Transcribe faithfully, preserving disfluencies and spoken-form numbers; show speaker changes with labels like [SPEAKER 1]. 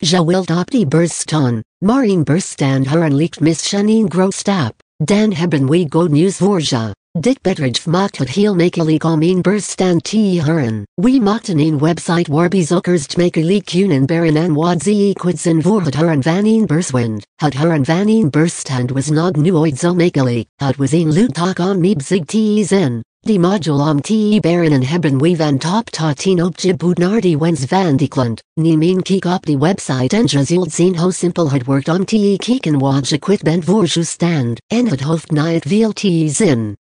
[SPEAKER 1] Ja wilt op die berstaan, Marine berstand huren leakt Miss Janine Grostap, dan hebben we good news voor ja. Dit bedrijf maakt het heel makkelijk om een berstand te huren. We maakten een website waar bezoekers makkelijk kunnen beren en wat ze kwetsen voor het huren van een berswind. Het huren van een berstand was nog nooit zo makkelijk. Het was een leuk tak om meebzig te zijn. Die module om te beren en hebben we van top tot tien opgeboden naar de wens van de klant. Neem een kijk op de website en je zult zien hoe simpel het wordt om te kijken wat je kwet bent voor je stand. En het hoeft niet veel te zijn.